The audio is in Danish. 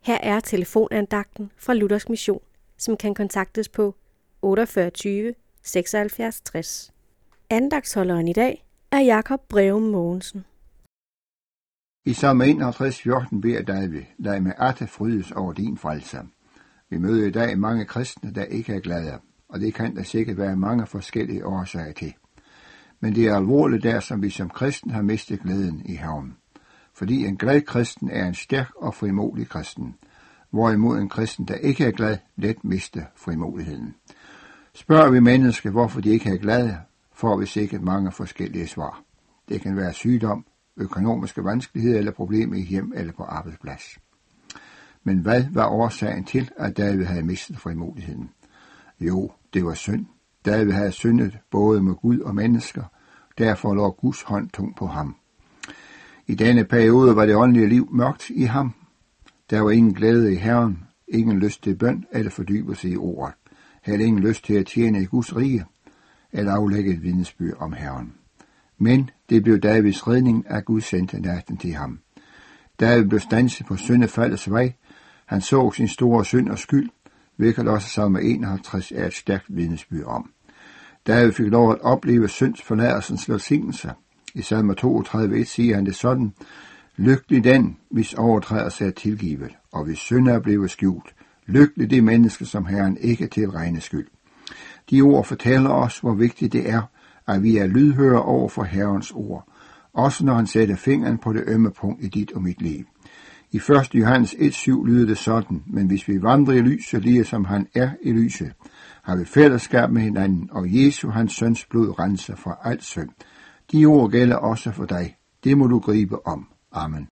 Her er telefonandagten fra Luthersk Mission, som kan kontaktes på 48 76 60. Andagtsholderen i dag er Jakob Breum Mogensen. I salme 51:14 beder David, lad mig atte frydes over din frelse. Vi møder i dag mange kristne, der ikke er glade, og det kan der sikkert være mange forskellige årsager til. Men det er alvorligt der, som vi som kristne har mistet glæden i Herren. Fordi en glad kristen er en stærk og frimodig kristen, hvorimod en kristen, der ikke er glad, let mister frimodigheden. Spørger vi mennesker, hvorfor de ikke er glade, får vi sikkert mange forskellige svar. Det kan være sygdom, økonomiske vanskeligheder eller problemer i hjem eller på arbejdsplads. Men hvad var årsagen til, at David havde mistet frimodigheden? Jo, det var synd. David havde syndet både med Gud og mennesker, derfor lå Guds hånd tung på ham. I denne periode var det åndelige liv mørkt i ham. Der var ingen glæde i Herren, ingen lyst til bøn eller fordybelse i ordet, heller ingen lyst til at tjene i Guds rige eller aflægge et vidnesbyrd om Herren. Men det blev Davids redning, at Gud sendte natten til ham. David blev standset på syndefaldets vej. Han så sin store synd og skyld, hvilket også salme 51 er et stærkt vidnesbyrd om. David fik lov at opleve syndsforladelsens velsignelse. I salme 32:1 siger han det sådan: Lykkelig den, hvis overtrædelse er tilgivet, og hvis synder er blevet skjult. Lykkelig det menneske, som Herren ikke tilregner skyld. De ord fortæller os, hvor vigtigt det er, at vi er lydhøre over for Herrens ord, også når han sætter fingeren på det ømme punkt i dit og mit liv. I 1. Johannes 1:7 lyder det sådan: Men hvis vi vandrer i lyset, lige som han er i lyset, har vi fællesskab med hinanden, og Jesu, hans søns blod, renser fra alt synd. De ord gælder også for dig. Det må du gribe om. Amen.